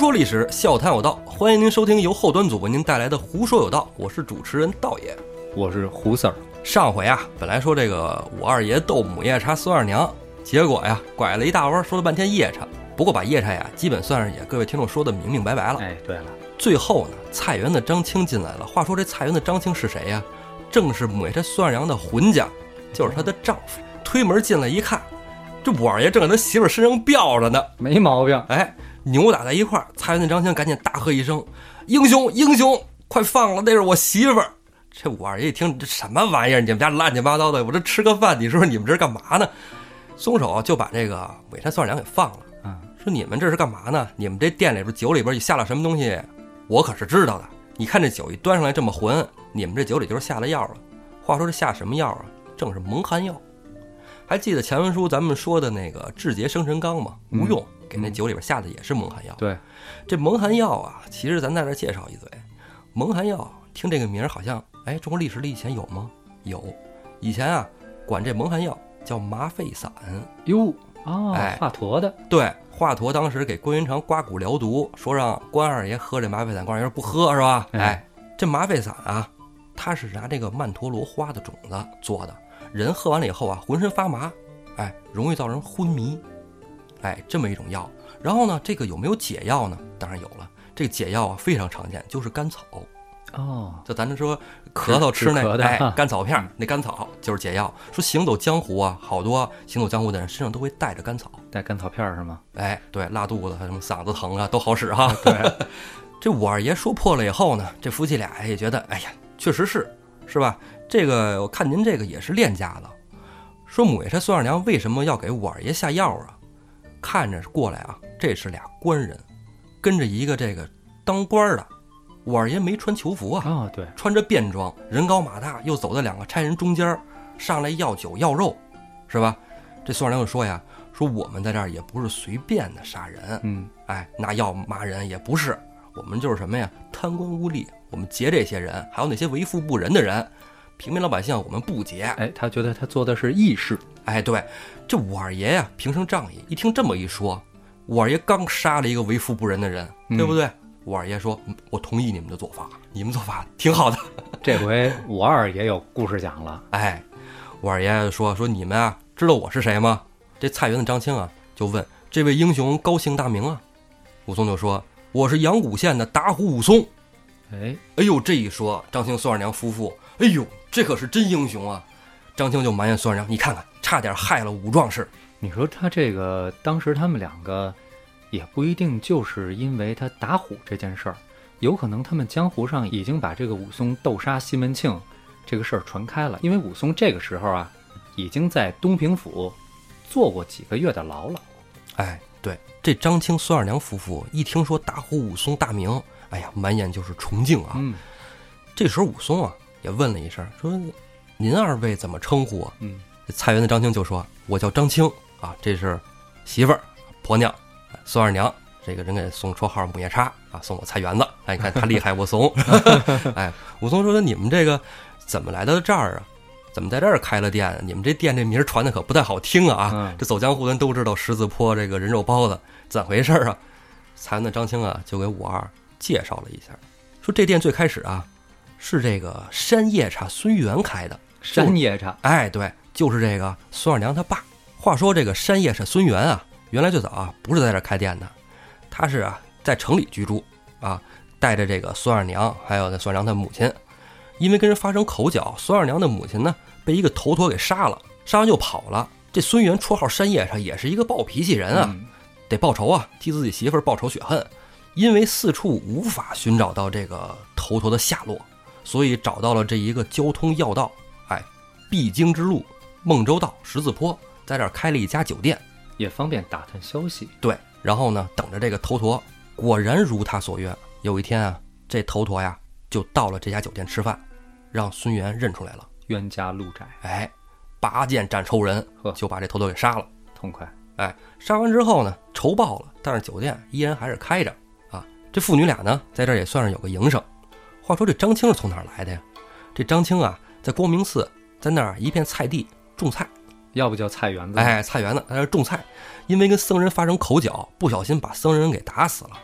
说历史，笑谈有道，欢迎您收听由后端组为您带来的胡说有道，我是主持人道爷， 我是胡 Sir。 上回啊，本来说这个武二爷斗母夜叉孙二娘，结果呀拐了一大弯，说了半天夜叉。不过把夜叉呀基本算是也各位听众说的明明白白了。 哎，对了， 最后呢，菜园的张青进来了。话说这菜园的张青是谁呀？正是母夜叉孙二娘的浑家，就是她的丈夫。推门进来一看，这武二爷正在他媳妇身上吊着呢， 没毛病。 哎，扭打在一块儿，菜园的张青赶紧大喝一声：“英雄，英雄，快放了，那是我媳妇儿！”这武二爷一听，这什么玩意儿？你们家乱七八糟的，我这吃个饭，你说你们这是干嘛呢？松手就把这个母夜叉孙二娘给放了。说你们这是干嘛呢？你们这店里边酒里边下了什么东西，我可是知道的。你看这酒一端上来这么浑，你们这酒里就是下了药了。话说这下什么药啊？正是蒙汗药。还记得前文书咱们说的那个治节生辰纲吗？吴用给那酒里边下的也是蒙汗药。 对， 这蒙汗药啊，其实咱在这介绍一嘴。蒙汗药听这个名好像，哎，中国历史里以前有吗？有，以前啊管这蒙汗药叫麻沸散。 哟，哦， 哎， 华佗的。 对，华佗当时给关云长刮骨疗毒，说让关二爷喝这麻沸散，关二爷不喝是吧？哎，这麻沸散啊，它是拿这个曼陀罗花的种子做的，人喝完了以后啊，浑身发麻，哎，容易造成昏迷，哎，这么一种药。然后呢，这个有没有解药呢？当然有了，这个解药啊非常常见，就是甘草。 哦， 就咱这说咳嗽吃那哎甘草片，那甘草就是解药。说行走江湖啊，好多行走江湖的人身上都会带着甘草， 带甘草片是吗？ 哎，对，拉肚子什么嗓子疼啊都好使哈。 对， 这武二爷说破了以后呢，这夫妻俩也觉得，哎呀，确实是吧？这个我看您这个也是练家的。说母夜叉孙二娘为什么要给武二爷下药啊？看着过来啊，这是俩官人，跟着一个这个当官的。武二爷没穿囚服啊， 哦，对， 穿着便装，人高马大，又走在两个差人中间，上来要酒要肉，是吧？这孙二娘就说呀，说我们在这儿也不是随便的杀人，哎，拿药骂人也不是，我们就是什么呀，贪官污吏，我们劫这些人，还有那些为富不仁的人，平民老百姓我们不劫。 哎，他觉得他做的是义事。 哎，对，这武二爷呀，平生仗义，一听这么一说，武二爷刚杀了一个为富不仁的人，对不对？武二爷说：“我同意你们的做法，你们做法挺好的。” 这回武二也有故事讲了。 哎，武二爷说你们啊，知道我是谁吗？这菜园的张青啊，就问这位英雄高姓大名啊？武松就说：“我是阳谷县的打虎武松。”哎呦，这一说，张青孙二娘夫妇，哎呦，这可是真英雄啊！张青就埋怨孙二娘：“你看看，差点害了武壮士。” 你说他这个当时他们两个。也不一定就是因为他打虎这件事儿，有可能他们江湖上已经把这个武松斗杀西门庆这个事儿传开了。因为武松这个时候啊，已经在东平府坐过几个月的牢了。 哎，对，这张青孙二娘夫妇一听说打虎武松大名，哎呀，满眼就是崇敬啊。这时候武松啊也问了一声，说：“您二位怎么称呼啊？”这菜园的张青就说：“我叫张青啊，这是媳妇儿婆娘。”孙二娘，这个人给送绰号母夜叉啊，送我菜园子。哎，你看他厉害不怂？哎，武松说：“你们这个怎么来到这儿啊？怎么在这儿开了店？你们这店这名传的可不太好听啊！这走江湖的人都知道十字坡这个人肉包子，怎么回事啊？”菜园的张青啊，就给武二介绍了一下，说这店最开始啊是这个山夜叉孙元开的。 山夜叉， 哎，对，就是这个孙二娘他爸。话说这个山夜叉孙元啊。原来最早啊不是在这儿开店的，他是啊在城里居住啊，带着这个孙二娘还有那孙二娘他母亲，因为跟人发生口角，孙二娘的母亲呢被一个头陀给杀了，杀完就跑了。这孙元绰号山夜叉也是一个暴脾气人啊，得报仇啊，替自己媳妇儿报仇雪恨。因为四处无法寻找到这个头陀的下落，所以找到了这一个交通要道，哎，必经之路孟州道十字坡，在这儿开了一家酒店。 也方便打探消息。 对，然后呢，等着这个头陀，果然如他所愿。有一天啊，这头陀呀就到了这家酒店吃饭，让孙元认出来了， 冤家路窄。 哎，拔剑斩仇人，就把这头陀给杀了， 痛快。 哎，杀完之后呢，仇报了，但是酒店依然还是开着啊。这父女俩呢，在这儿也算是有个营生。话说这张青是从哪儿来的呀？这张青啊，在光明寺，在那儿一片菜地种菜。 要不叫菜园子。 哎，菜园子在这种菜，因为跟僧人发生口角，不小心把僧人给打死了。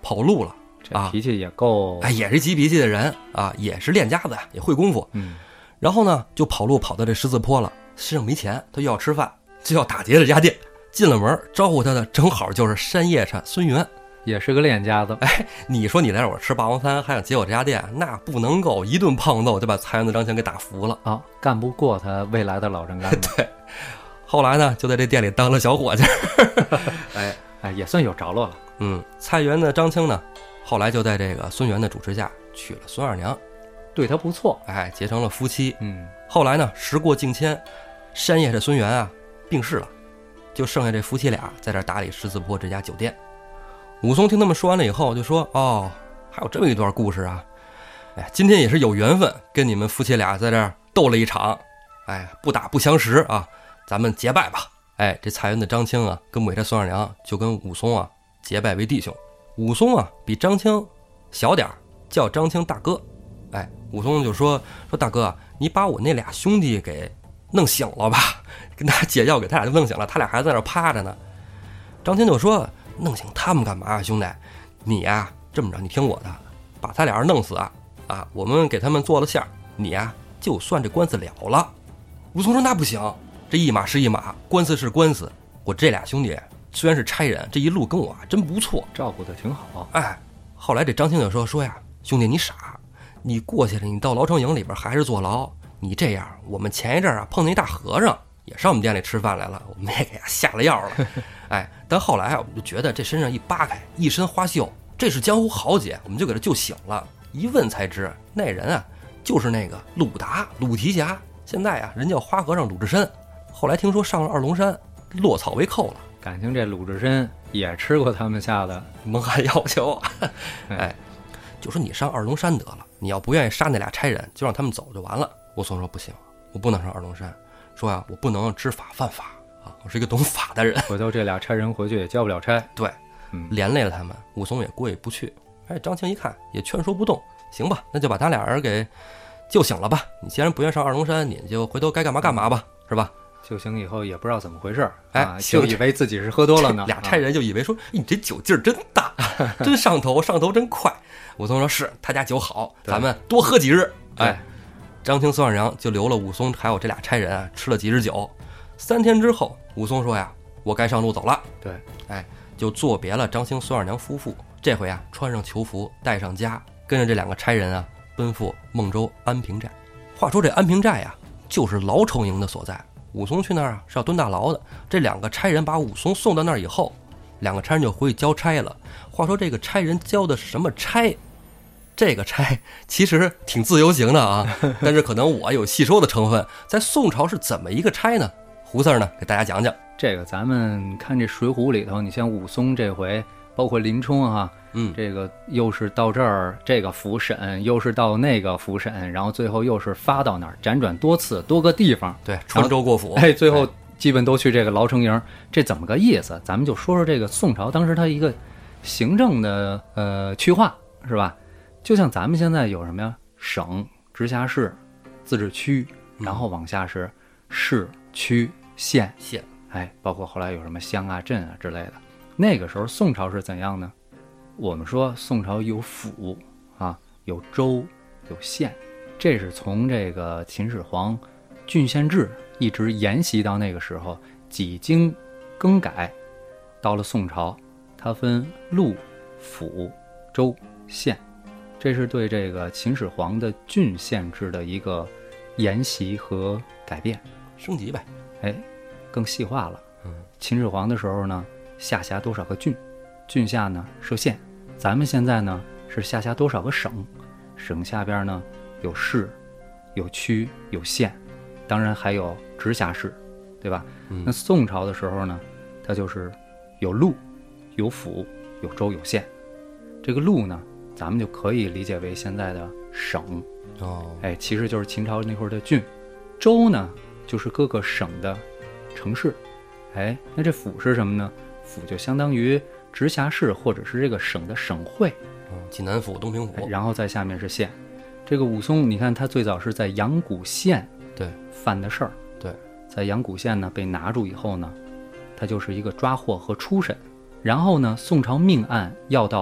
跑路了这脾气也够， 也是急脾气的人啊，也是练家子，也会功夫。然后呢，就跑路跑到这十字坡了，身上没钱，他又要吃饭，就要打劫这家店。进了门，招呼他的正好就是山夜叉孙元， 也是个练家子。 你说你来我吃霸王餐，还想劫我这家店，那不能够，一顿胖揍就把财源的张青给打服了啊，干不过他未来的老丈杆。 对，后来呢，就在这店里当了小伙计。 也算有着落了。 菜园的张青呢，后来就在这个孙元的主持下娶了孙二娘， 对他不错， 结成了夫妻。后来呢，时过境迁，山夜叉孙元啊病逝了，就剩下这夫妻俩在这打理十字坡这家酒店。武松听他们说完了以后，就说：“哦，还有这么一段故事啊！今天也是有缘分，跟你们夫妻俩在这儿斗了一场，不打不相识啊，咱们结拜吧。”这菜园的张青啊，跟尾差孙二娘就跟武松啊结拜为弟兄。武松啊比张青小点儿，叫张青大哥。武松就说大哥，你把我那俩兄弟给弄醒了吧，跟他解药给他俩弄醒了，他俩还在那趴着呢。张青就说：“弄醒他们干嘛呀，兄弟？你呀这么着，你听我的，把他俩人弄死啊，我们给他们做了馅儿，你呀就算这官司了了。”武松说：“那不行。这一码是一码，官司是官司。我这俩兄弟虽然是差人，这一路跟我真不错， 照顾的挺好。” 后来这张青就说呀，兄弟你傻，你过去了，你到牢城营里边还是坐牢。你这样，我们前一阵啊碰见一大和尚，也上我们店里吃饭来了，我们也给他下了药了。但后来我们就觉得这身上一扒开，一身花绣，这是江湖豪杰，我们就给他救醒了。一问才知，那人啊就是那个鲁达鲁提辖，现在啊人叫花和尚鲁智深。后来听说上了二龙山，落草为寇了。 感情这鲁智深也吃过他们下的蒙汗药酒。就说你上二龙山得了，你要不愿意杀那俩差人，就让他们走就完了。武松说不行，我不能上二龙山，说呀我不能知法犯法啊，我是一个懂法的人。 回头这俩差人回去也交不了差。 对，连累了他们，武松也过意不去。张青一看也劝说不动，行吧，那就把他俩人给救醒了吧。你既然不愿上二龙山，你就回头该干嘛干嘛吧，是吧？ 救醒以后也不知道怎么回事，就以为自己是喝多了呢。 俩差人就以为说，你这酒劲儿真大，真上头，上头真快。武松说是，他家酒好，咱们多喝几日。张青孙二娘就留了武松还有这俩差人啊，吃了几日酒。3天之后，武松说呀，我该上路走了。 对， 就作别了张青孙二娘夫妇。这回啊，穿上囚服，带上家，跟着这两个差人啊，奔赴孟州安平寨。话说这安平寨啊，就是牢城营的所在。武松去那儿啊是要蹲大牢的。这两个差人把武松送到那儿以后，两个差人就回去交差了。话说这个差人交的什么差？这个差其实挺自由行的啊，但是可能我有戏说的成分。在宋朝是怎么一个差呢？胡四呢给大家讲讲。 这个咱们看这《水浒》里头，你像武松这回，包括林冲啊，这个又是到这儿这个府审，又是到那个府审，然后最后又是发到那儿，辗转多次，多个地方， 对，穿州过府， 最后基本都去这个牢城营。这怎么个意思？咱们就说说这个宋朝当时它一个行政的区划，是吧？就像咱们现在有什么呀？省、直辖市、自治区，然后往下是市、区、县，包括后来有什么乡啊、镇啊之类的。那个时候宋朝是怎样呢？我们说宋朝有府啊，有州，有县，这是从这个秦始皇郡县制一直沿袭到那个时候，几经更改，到了宋朝，它分路、府、州、县，这是对这个秦始皇的郡县制的一个沿袭和改变， 升级呗。 更细化了。秦始皇的时候呢，下辖多少个郡，郡下呢设县。咱们现在呢是下辖多少个省，省下边呢有市、有区、有县，当然还有直辖市，对吧？那宋朝的时候呢，它就是有路、有府、有州、有县。这个路呢，咱们就可以理解为现在的省，其实就是秦朝那会儿的郡。州呢，就是各个省的城市。那这府是什么呢？府就相当于直辖市或者是这个省的省会， 济南府、东平府， 然后在下面是县。这个武松，你看他最早是在阳谷县犯的事儿，在阳谷县呢被拿住以后呢，他就是一个抓获和初审，然后呢宋朝命案要到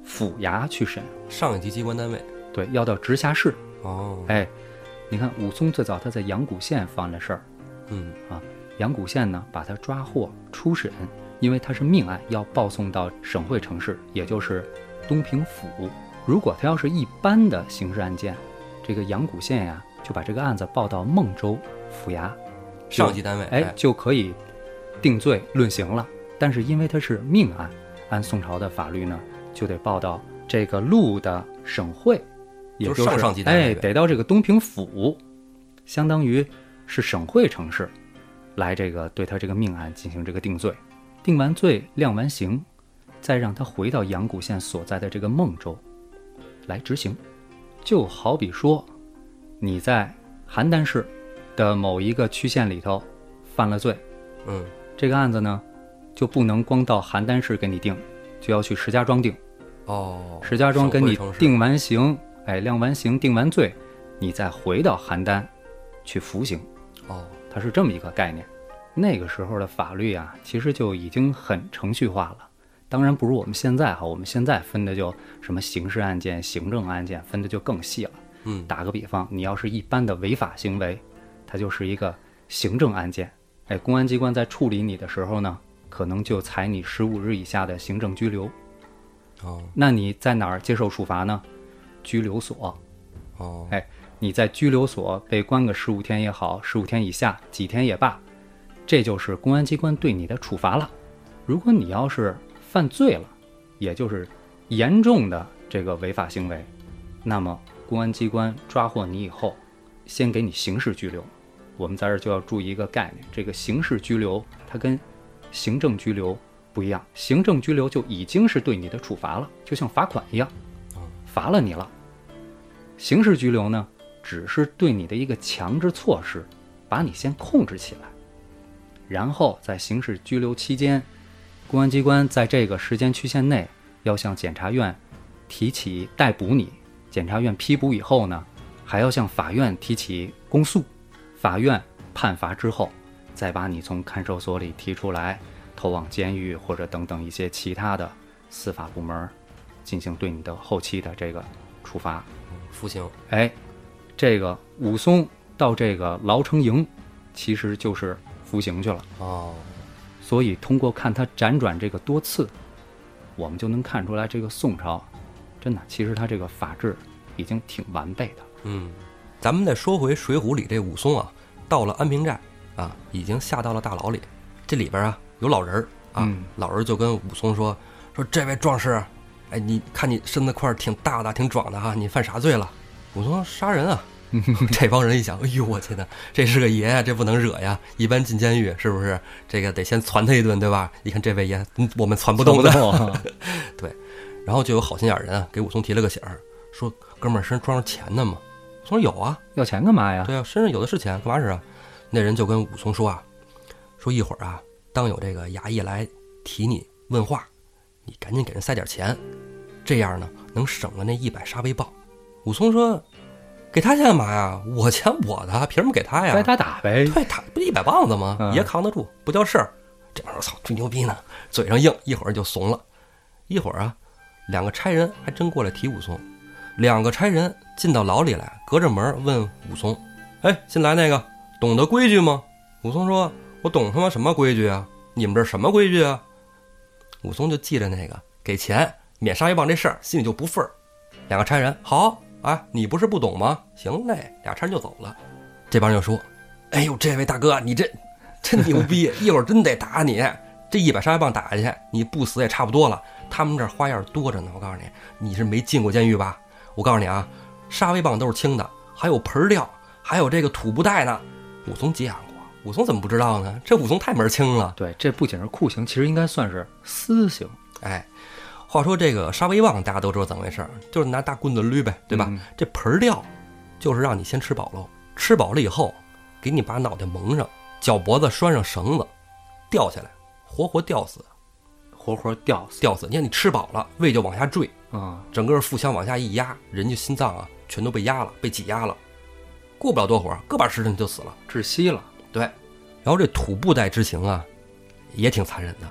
府衙去审， 上一级机关单位。 对，要到直辖市。 哦， 哎，你看武松最早他在阳谷县犯了事儿，阳谷县呢把他抓获初审，因为他是命案，要报送到省会城市，也就是东平府。如果他要是一般的刑事案件，这个阳谷县呀就把这个案子报到孟州府衙， 上级单位， 就可以定罪论刑了。但是因为它是命案，按宋朝的法律呢，就得报到这个路的省会，也就是上级单位， 得到这个东平府，相当于是省会城市，来这个对他这个命案进行这个定罪。定完罪，量完刑，再让他回到阳谷县所在的这个孟州来执行。就好比说，你在邯郸市的某一个区县里头犯了罪，这个案子呢，就不能光到邯郸市给你定，就要去石家庄定。石家庄跟你定完刑，量完刑，定完罪，你再回到邯郸去服刑。它是这么一个概念。那个时候的法律啊，其实就已经很程序化了。当然不如我们现在哈，我们现在分的就什么刑事案件、行政案件分的就更细了。打个比方，你要是一般的违法行为，它就是一个行政案件。公安机关在处理你的时候呢，可能就裁你15日以下的行政拘留。那你在哪儿接受处罚呢？拘留所。你在拘留所被关个15天也好，15天以下几天也罢，这就是公安机关对你的处罚了。如果你要是犯罪了，也就是严重的这个违法行为，那么公安机关抓获你以后，先给你刑事拘留。我们在这儿就要注意一个概念，这个刑事拘留它跟行政拘留不一样。行政拘留就已经是对你的处罚了，就像罚款一样，罚了你了。刑事拘留呢，只是对你的一个强制措施，把你先控制起来，然后在刑事拘留期间，公安机关在这个时间区限内要向检察院提起逮捕你，检察院批捕以后呢，还要向法院提起公诉，法院判罚之后，再把你从看守所里提出来，投往监狱或者等等一些其他的司法部门进行对你的后期的这个处罚， 服刑。 这个武松到这个牢城营，其实就是服刑去了。所以通过看他辗转这个多次，我们就能看出来，这个宋朝真的其实他这个法制已经挺完备的。 咱们再说回《水浒》里这武松啊，到了安平寨啊，已经下到了大牢里。这里边啊有老人啊，老人就跟武松说这位壮士，你看你身子块挺大的，挺壮的哈，你犯啥罪了？武松说杀人啊。这帮人一想，哎呦我天哪，这是个爷呀，这不能惹呀！一般进监狱是不是这个得先攒他一顿，对吧？一看这位爷，我们攒不动的。对，然后就有好心眼人啊，给武松提了个醒儿，说哥们儿身上装着钱呢吗？武松说有啊。 要钱干嘛呀？ 对啊，身上有的是钱，干嘛使啊？那人就跟武松说啊，说一会儿啊，当有这个衙役来提你问话，你赶紧给人塞点钱，这样呢能省了那100杀威棒。武松说。给他钱干嘛呀？我钱我的，凭什么给他呀？ 该他打呗。 对，他不100棒子吗？爷扛得住，不叫事儿。这玩意儿操，吹牛逼呢，嘴上硬，一会儿就怂了。一会儿啊，2个差人还真过来提武松。2个差人进到牢里来，隔着门问武松：“新来那个，懂得规矩吗？”武松说：“我懂他妈什么规矩啊？你们这什么规矩啊？”武松就记着那个给钱免杀威棒这事儿，心里就不忿儿。2个差人好。你不是不懂吗？行嘞，2差人就走了。这帮人就说：“哎呦，这位大哥，你真牛逼！一会儿真得打你，这100杀威棒打下去，你不死也差不多了。他们这花样多着呢，我告诉你，你是没进过监狱吧？我告诉你啊，杀威棒都是轻的，还有盆料，还有这个土布袋呢。”武松急眼过，武松怎么不知道呢？这武松太门清了。 对，这不仅是酷刑，其实应该算是私刑。 话说这个杀威棒大家都知道怎么回事，就是拿大棍子捋呗，对吧？这盆料就是让你先吃饱喽，吃饱了以后给你把脑袋蒙上，脚脖子拴上绳子，吊下来，活活吊死。你看你吃饱了，胃就往下坠整个腹腔往下一压，人家心脏啊全都被压了，被挤压了，过不了多会儿，个把时辰就死了， 窒息了。 对，然后这土布袋之刑啊也挺残忍的。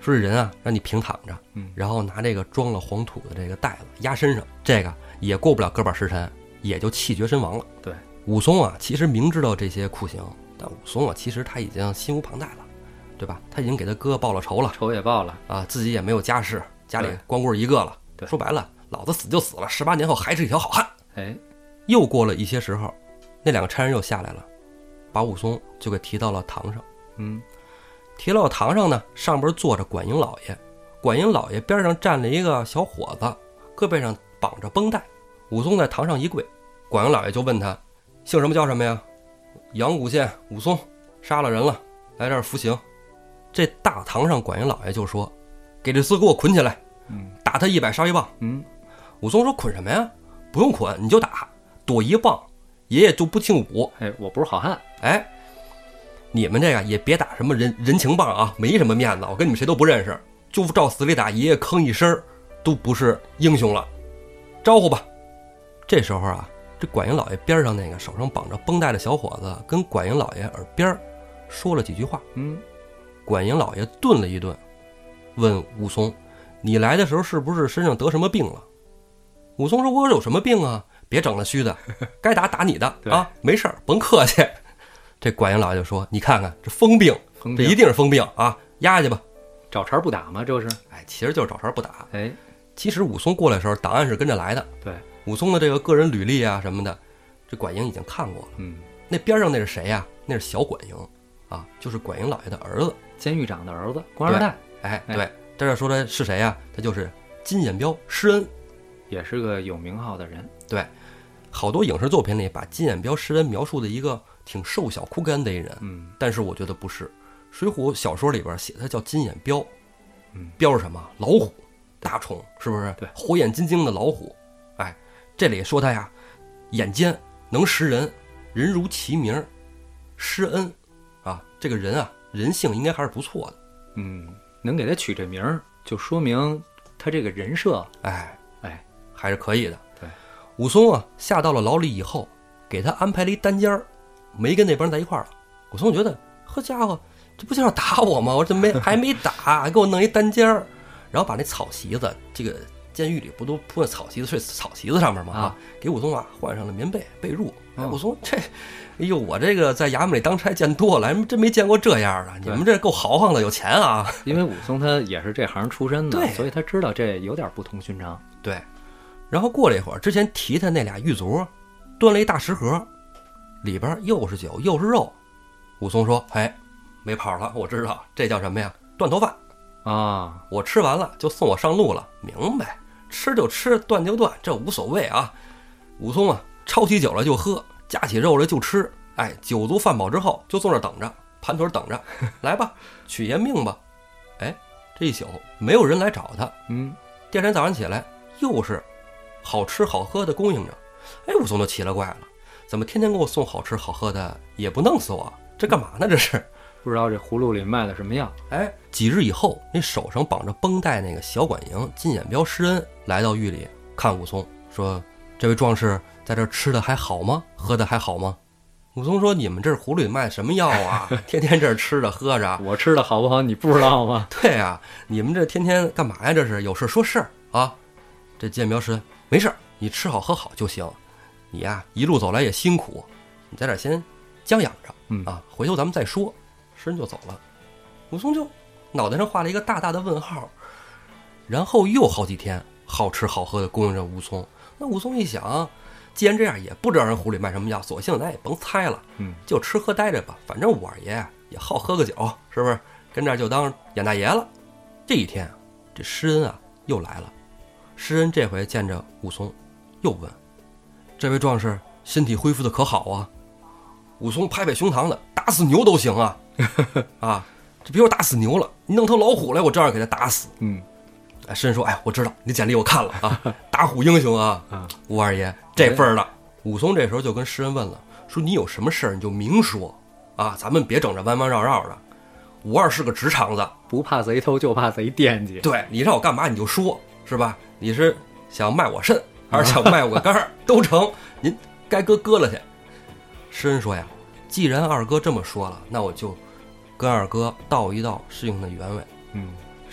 说这人啊让你平躺着，然后拿这个装了黄土的这个袋子压身上，这个也过不了个把时辰，也就气绝身亡了。 对， 武松啊其实明知道这些酷刑，但武松啊其实他已经心无旁贷了，对吧？他已经给他哥报了仇了， 仇也报了啊，自己也没有家室，家里光棍一个了。 对， 说白了，老子死就死了，18年后还是一条好汉。 哎， 又过了一些时候，那两个差人又下来了，把武松就给提到了堂上。提到堂上呢，上边坐着管营老爷，管营老爷边上站了一个小伙子，胳膊上绑着绷带。武松在堂上一跪，管营老爷就问他姓什么叫什么呀？阳谷县武松，杀了人了，来这儿服刑。这大堂上管营老爷就说，给这厮给我捆起来，打他100杀1棒。武松说捆什么呀？不用捆，你就打，躲1棒，爷爷就不姓武。 哎，我不是好汉。 哎，你们这个也别打什么人情棒啊，没什么面子，我跟你们谁都不认识，就照死里打，爷爷吭一声都不是英雄了，招呼吧。这时候啊，这管营老爷边上那个手上绑着绷带的小伙子跟管营老爷耳边说了几句话。管营老爷顿了一顿，问武松，你来的时候是不是身上得什么病了？武松说，我有什么病啊？别整那虚的，该打打你的啊，没事儿，甭客气。这管营老爷就说，你看看这疯病，这一定是疯病啊，压下去吧。 找茬不打吗？这是？ 哎，其实就是找茬不打。 哎， 其实武松过来的时候，档案是跟着来的。 对， 武松的这个个人履历啊什么的，这管营已经看过了。那边上那是谁呀？那是小管营啊，就是管营老爷的儿子， 监狱长的儿子，官二代。 哎，对，在这说的是谁呀？他就是金眼彪施恩， 也是个有名号的人。 对，好多影视作品里把金眼彪施恩描述的一个挺瘦小枯干的一人，但是我觉得不是。水浒小说里边写他叫金眼彪，彪是什么？老虎，大虫，是不是？ 对， 火眼金睛的老虎。哎，这里说他呀，眼尖，能识人，人如其名，施恩啊，这个人啊，人性应该还是不错的。 能给他取这名儿，就说明他这个人设， 哎，还是可以的。 对， 武松啊，下到了牢里以后，给他安排了一单间儿，没跟那帮人在一块儿了。武松觉得，呵家伙，这不就要打我吗？我这还没打，给我弄一单间儿，然后把那草席子，这个监狱里不都铺在草席子，睡草席子上面吗？给武松啊换上了棉被被褥。武松这，哎呦，我这个在衙门里当差见多了，真没见过这样的。你们这够豪横的，有钱啊！ 因为武松他也是这行出身的， 对， 所以他知道这有点不同寻常。 对，然后过了一会儿，之前提他那俩狱卒端了一大食盒，里边又是酒又是肉。武松说：“哎，没跑了，我知道这叫什么呀？断头饭啊！ 我吃完了就送我上路了，明白？吃就吃，断就断，这无所谓啊。”武松啊，抄起酒来就喝，夹起肉来就吃。哎，酒足饭饱之后，就坐那等着，盘腿等着，来吧，取爷命吧。哎，这一宿没有人来找他。第二天早上起来，又是好吃好喝的供应着。哎，武松就奇了怪了，怎么天天给我送好吃好喝的，也不弄死我？这干嘛呢？这是不知道这葫芦里卖的什么药。 哎，几日以后，那手上绑着绷带那个小管营金眼彪施恩来到狱里看武松，说：“这位壮士在这吃的还好吗？喝的还好吗？”武松说：“你们这葫芦里卖什么药啊？天天这吃着喝着， 我吃的好不好你不知道吗？” 对啊，你们这天天干嘛呀？这是有事说事啊！这金眼彪施恩没事，你吃好喝好就行。你呀，一路走来也辛苦，你在这先将养着啊，回头咱们再说。施恩就走了，武松就脑袋上画了一个大大的问号。然后又好几天好吃好喝的供应着武松。那武松一想，既然这样，也不知道人葫芦里卖什么药，索性咱也甭猜了，就吃喝待着吧。反正我二爷也好喝个酒，是不是？跟这儿就当演大爷了。这一天，这施恩啊又来了。施恩这回见着武松，又问：“这位壮士身体恢复的可好啊？”武松拍拍胸膛的，打死牛都行啊！啊，这别说打死牛了，你弄头老虎来，我照样给他打死。施恩说：“哎，我知道你简历我看了啊，打虎英雄啊，吴二爷这份儿的。”武松这时候就跟施恩问了，说：“你有什么事儿你就明说啊，咱们别整着弯弯绕绕的。吴二是个直肠子， 不怕贼偷，就怕贼惦记。 对，你让我干嘛你就说，是吧？你是想卖我肾，还是想卖我个肝儿都成，您该割了去。”施恩说呀：“既然二哥这么说了，那我就跟二哥道一道事情的原委。”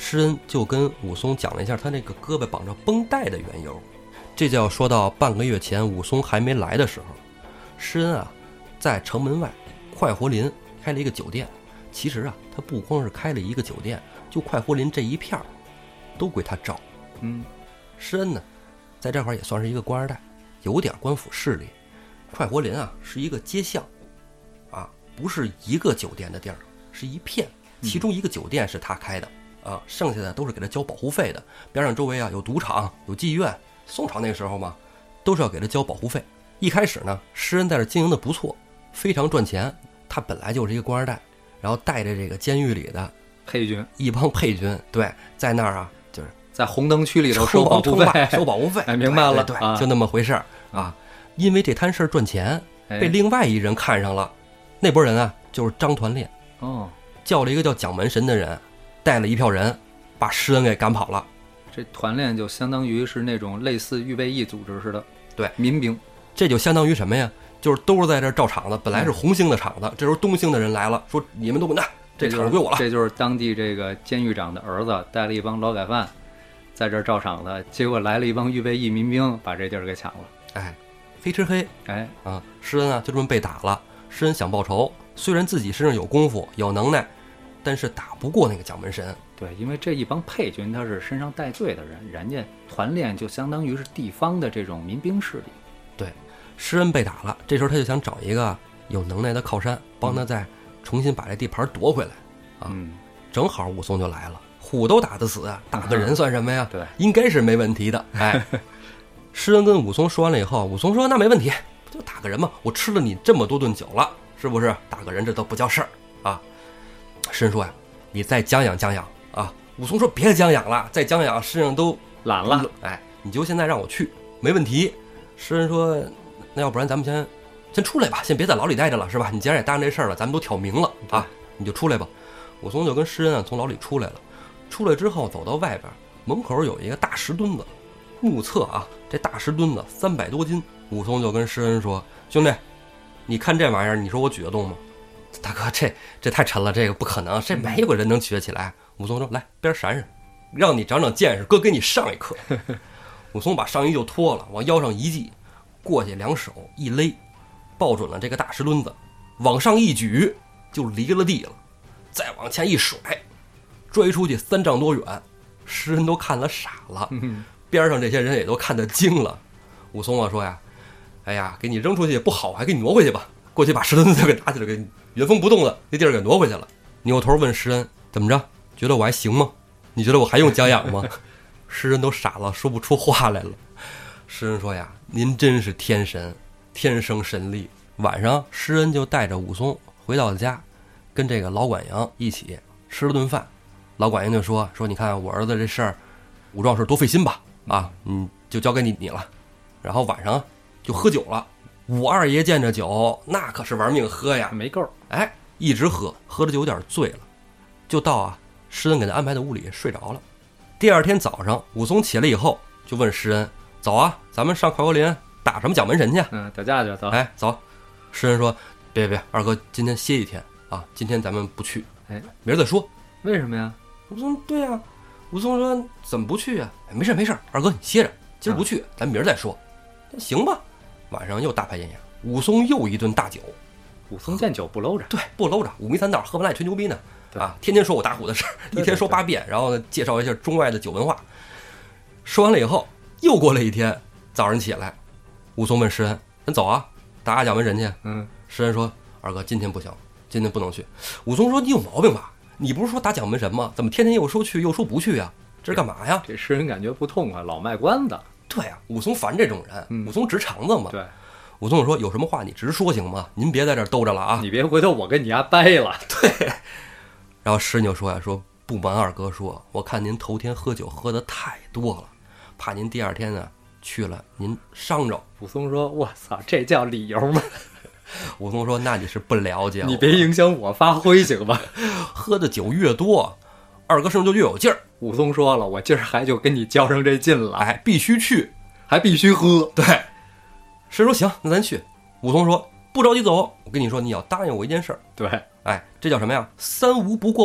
施恩就跟武松讲了一下他那个胳膊绑着绷带的缘由。这就要说到半个月前武松还没来的时候，施恩啊在城门外快活林开了一个酒店。其实啊他不光是开了一个酒店，就快活林这一片都归他照。施恩呢在这块也算是一个官二代，有点官府势力。快活林啊是一个街巷啊，不是一个酒店的地儿，是一片，其中一个酒店是他开的啊，剩下的都是给他交保护费的。边上周围啊有赌场有妓院，宋朝那个时候嘛都是要给他交保护费。一开始呢施恩在这经营的不错，非常赚钱。他本来就是一个官二代，然后带着这个监狱里的配军， 一帮配军，对，在那儿啊就是在红灯区里头收保护费， 收保护费。 哎，明白了， 对，就那么回事啊。因为这摊事赚钱，被另外一人看上了。那拨人啊就是张团练，叫了一个叫蒋门神的人，带了一票人把施恩给赶跑了。 这团练就相当于是那种类似预备役组织似的， 对， 民兵。 这就相当于什么呀？就是都是在这照场子，本来是红星的场子，这时候东星的人来了，说你们都滚蛋，这场子归我了。 这就是当地这个监狱长的儿子带了一帮劳改犯在这照场子，结果来了一帮预备役民兵，把这地儿给抢了。 哎，黑吃黑， 哎啊，施恩啊就这么被打了。施恩想报仇，虽然自己身上有功夫有能耐，但是打不过那个蒋门神。 对，因为这一帮配军他是身上带罪的人，人家团练就相当于是地方的这种民兵势力。 对，施恩被打了，这时候他就想找一个有能耐的靠山，帮他再重新把这地盘夺回来啊。正好武松就来了，虎都打得死，打个人算什么呀？ 对， 应该是没问题的。哎，施恩跟武松说完了以后，武松说那没问题，就打个人嘛，我吃了你这么多顿酒了，是不是？打个人这都不叫事儿啊。施恩说呀，你再将养将养啊。武松说别将养了，再将养身上都懒了。 哎，你就现在让我去，没问题。施恩说那要不然咱们先出来吧，先别在牢里待着了，是吧？你既然也答应这事儿了，咱们都挑明了啊，你就出来吧。武松就跟施恩啊从牢里出来了。出来之后走到外边，门口有一个大石墩子，目测啊这大石墩子300多斤。武松就跟施恩说，兄弟你看这玩意儿，你说我举得动吗？大哥这太沉了，这个不可能，这没有个人能举得起来。武松说来边闪闪，让你长长见识，哥给你上一课。武松把上衣就脱了，往腰上一系，过去两手一勒，抱准了这个大石墩子，往上一举就离了地了，再往前一甩，拽出去3丈多远。施恩都看了傻了，边上这些人也都看得惊了。武松啊说呀，哎呀，给你扔出去也不好，还给你挪回去吧。过去把石墩子给拿起来，给原封不动的那地儿给挪回去了。扭头问施恩，怎么着？觉得我还行吗？你觉得我还用将养吗？施恩都傻了，说不出话来了。施恩说呀，您真是天神，天生神力。晚上施恩就带着武松回到了家，跟这个老管营一起吃了顿饭。老管营就说你看我儿子这事儿，武壮士多费心吧，啊，就交给你了。然后晚上就喝酒了。武二爷见着酒，那可是玩命喝呀， 没够。 哎，一直喝，喝的就有点醉了，就到啊施恩给他安排的屋里睡着了。第二天早上，武松起来以后就问施恩，走啊，咱们上快活林打什么蒋门神去？ 打架去，走。 哎，走。施恩说，别，二哥今天歇一天啊，今天咱们不去， 哎， 明儿再说。 为什么呀？ 武松对啊，武松说怎么不去啊？哎，没事，二哥你歇着，今儿不去，咱明儿再说。行吧。晚上又大排宴宴，武松又一顿大酒。 武松见酒不搂着， 对，不搂着，五迷三道，喝完赖吹牛逼呢。啊，天天说我打虎的事儿，一天说8遍，然后呢介绍一下中外的酒文化。说完了以后，又过了一天，早上起来，武松问施恩：“咱走啊，打蒋门神去？”施恩说：“二哥，今天不行，今天不能去。”武松说：“你有毛病吧？你不是说打蒋门神吗？怎么天天又说去又说不去呀？这是干嘛呀？” 这施恩感觉不痛快，老卖关子。 对啊，武松烦这种人，武松直肠子嘛。 对， 武松说：“有什么话你直说行吗？您别在这儿兜着了啊！ 你别回头我跟你丫掰了。” 对。然后施恩就说呀：“说不瞒二哥说，我看您头天喝酒喝的太多了，怕您第二天呢去了您伤着。” 武松说：“我操，这叫理由吗？” 武松说：“那你是不了解我， 你别影响我发挥行吧？ 喝的酒越多，二哥身上就越有劲儿。” 武松说了，我今儿还就跟你较上这劲了， 哎，必须去， 还必须喝。 对，施恩说：“行，那咱去。”武松说：“不着急走，我跟你说，你要答应我一件事儿。” 对， 哎，这叫什么呀？3无不过望，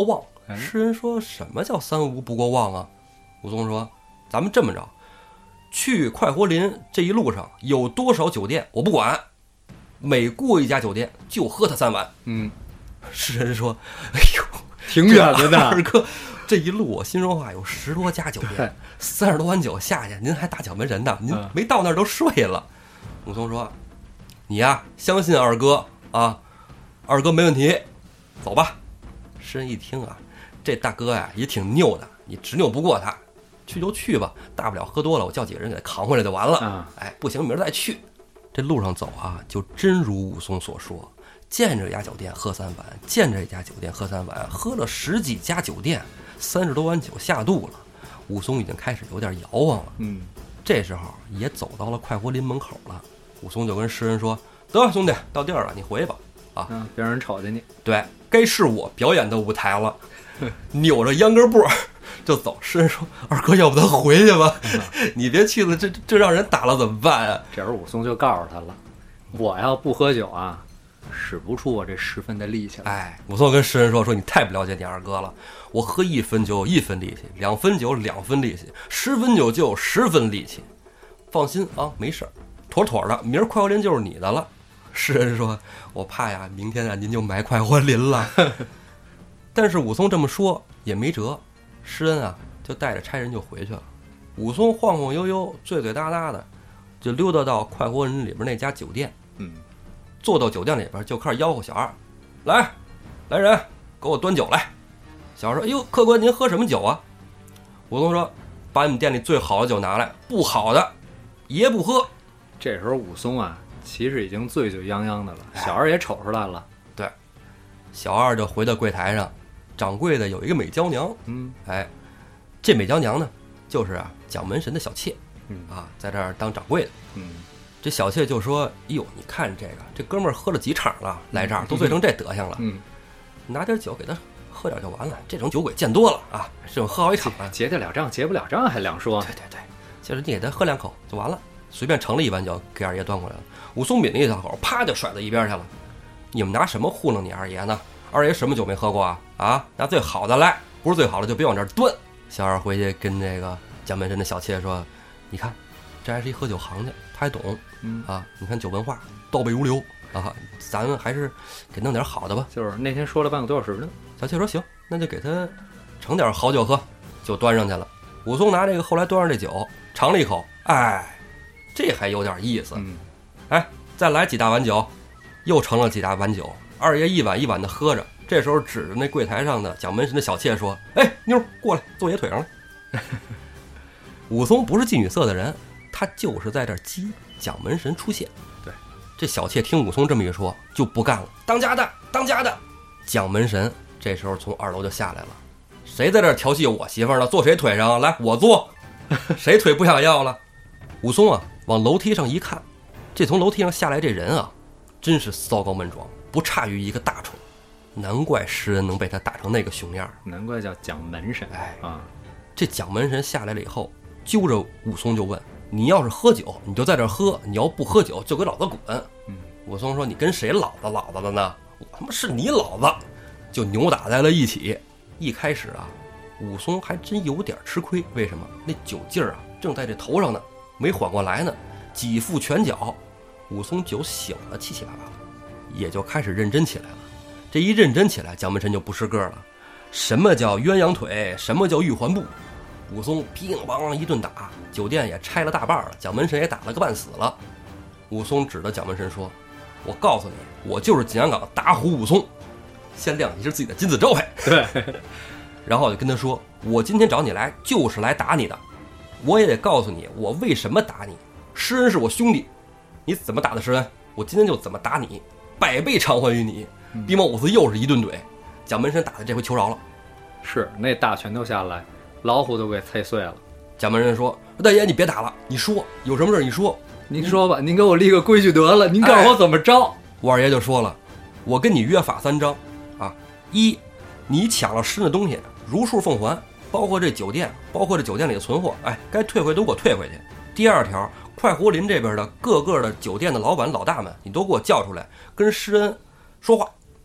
诗人说什么叫三无不过望啊？武松说咱们这么着，去快活林这一路上有多少酒店我不管，每过一家酒店就喝他3碗。诗人说哎呦挺远的呢， 二哥这一路我心说话有10多家酒店，30多碗酒下去，您还打蒋门神呢？您没到那儿都睡了。武松说你呀相信二哥啊，二哥没问题，走吧。诗人一听啊，这大哥呀也挺拗的，你执拗不过他，去就去吧，大不了喝多了我叫几个人给他扛回来就完了。哎，不行明儿再去。这路上走啊，就真如武松所说，见着一家酒店喝3碗，见着一家酒店喝3碗，喝了10几家酒店，30多碗酒下肚了。武松已经开始有点摇晃了。这时候也走到了快活林门口了。武松就跟诗人说：“得，兄弟，到地儿了，你回吧。啊， 别让人瞅见你。 对，该是我表演的舞台了。”扭着秧歌步就走。诗人说：“二哥，要不咱回去吧？你别去了，这让人打了怎么办啊？” 这时候武松就告诉他了：“我要不喝酒啊，使不出我这10分的力气来。” 哎，武松跟诗人说：“你太不了解你二哥了。我喝1分酒有1分力气，2分酒2分力气，10分酒就有10分力气。放心啊，没事儿，妥妥的，明儿快活林就是你的了。”诗人说：“我怕呀，明天啊您就埋快活林了。”但是武松这么说也没辙，诗人啊就带着差人就回去了。武松晃晃悠悠、醉醉哒哒的，就溜达到快活林里边那家酒店。坐到酒店里边就开始吆喝小二：“来人，给我端酒来。”小二说：“哎呦，客官您喝什么酒啊？”武松说：“把你们店里最好的酒拿来，不好的爷不喝。” 这时候武松啊其实已经醉醉泱泱的了，小二也瞅出来了。 对，小二就回到柜台上，掌柜的有一个美娇娘。哎，这美娇娘呢就是啊蒋门神的小妾。在这儿当掌柜的。这小妾就说：“哎呦，你看这哥们儿喝了几场了，来这儿都醉成这德行了。拿点酒给他喝点就完了。这种酒鬼见多了啊，这种喝好几场了， 结得了账，结不了账还两说。 对，就是你给他喝2口就完了。”随便盛了1碗酒给二爷端过来了。武松抿了一小口，啪就甩到一边去了。你们拿什么糊弄你二爷呢？二爷什么酒没喝过啊？啊，拿最好的来，不是最好的就别往这儿端。小二回去跟这个蒋门神的小妾说：“你看，这还是一喝酒行家，他还懂啊。你看酒文化倒背如流啊，咱们还是给弄点好的吧。” 就是那天说了半个多小时呢。 小妾说：“行，那就给他盛点好酒喝。”就端上去了。武松拿这个后来端上这酒尝了一口，哎。这还有点意思。哎，再来几大碗酒，又盛了几大碗酒。二爷一碗一碗的喝着，这时候指着那柜台上的蒋门神的小妾说：“哎，妞过来，坐爷腿上来。”武松不是妓女色的人，他就是在这儿激蒋门神出现。 对， 这小妾听武松这么一说，就不干了：“当家的，当家的！”蒋门神这时候从2楼就下来了：“谁在这儿调戏我媳妇呢？坐谁腿上啊？来，我坐。谁腿不想要了？”武松啊往楼梯上一看，这从楼梯上下来这人啊真是骚高闷壮，不差于一个大虫。难怪诗人能被他打成那个熊样， 难怪叫蒋门神。 这蒋门神下来了以后，揪着武松就问：“你要是喝酒你就在这儿喝，你要不喝酒就给老子滚。”武松说：“你跟谁老子了呢？我他妈是你老子！”就扭打在了一起。一开始啊武松还真有点吃亏，为什么？那酒劲儿啊正在这头上呢，没缓过来呢，几副拳脚，武松酒醒了，七七八八了，也就开始认真起来了。这一认真起来，蒋门神就不是个了。什么叫鸳鸯腿？什么叫玉环步？武松乒乓乓一顿打，酒店也拆了大半了，蒋门神也打了个半死了。武松指着蒋门神说：“我告诉你，我就是景阳冈打虎武松，先亮一只自己的金字招牌。” 对。 然后我就跟他说：“我今天找你来就是来打你的，我也得告诉你我为什么打你。施恩是我兄弟，你怎么打的施恩，我今天就怎么打你，100倍偿还于你。”逼毛五四又是一顿怼，蒋门神打的这回求饶了， 是那大拳头下来，老虎都给踩碎了。 蒋门神说：“大爷，你别打了，你说有什么事你说， 您说吧，您给我立个规矩得了，您告诉我怎么着。” 我二爷就说了：“我跟你约法3章啊，一，你抢了施恩的东西，如数奉还，包括这酒店，包括这酒店里的存货，哎，该退回都给我退回去。第二条，快活林这边的各个的酒店的老板老大们，你都给我叫出来，跟施恩说话。” 对，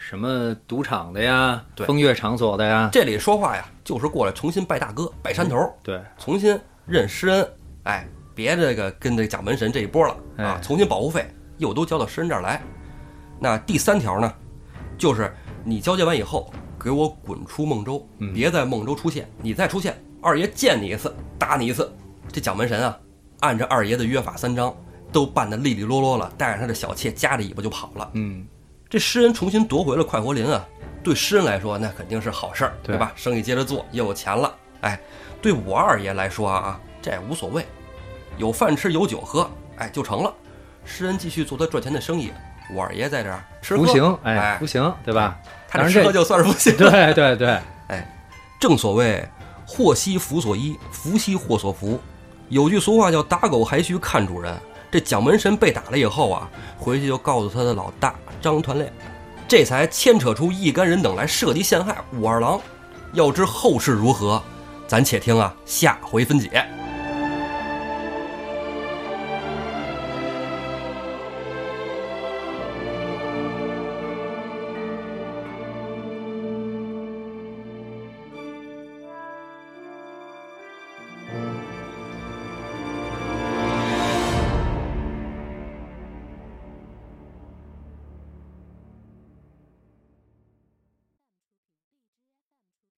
什么赌场的呀， 对， 风月场所的呀， 这里说话呀，就是过来重新拜大哥、拜山头， 对， 重新认施恩，哎，别这个跟这蒋门神这一波了啊，重新保护费又都交到诗人这儿来。那第3条呢，就是你交接完以后，给我滚出孟州，别在孟州出现，你再出现，二爷见你一次，打你一次。这蒋门神啊，按照二爷的约法3章，都办得利利落落了，带着他的小妾夹着尾巴就跑了。这诗人重新夺回了快活林啊，对诗人来说那肯定是好事儿，对吧？生意接着做，又有钱了。哎，对我二爷来说啊，这无所谓，有饭吃有酒喝，哎就成了。诗人继续做他赚钱的生意，我二爷在这儿吃喝， 服刑，哎，服刑，对吧？ 他这吃喝就算是服刑。 对对对， 哎，正所谓祸兮福所依，福兮祸所伏。有句俗话叫打狗还需看主人。这蒋门神被打了以后啊，回去就告诉他的老大张团练，这才牵扯出一干人等来设计陷害武二郎。要知后事如何，咱且听啊，下回分解。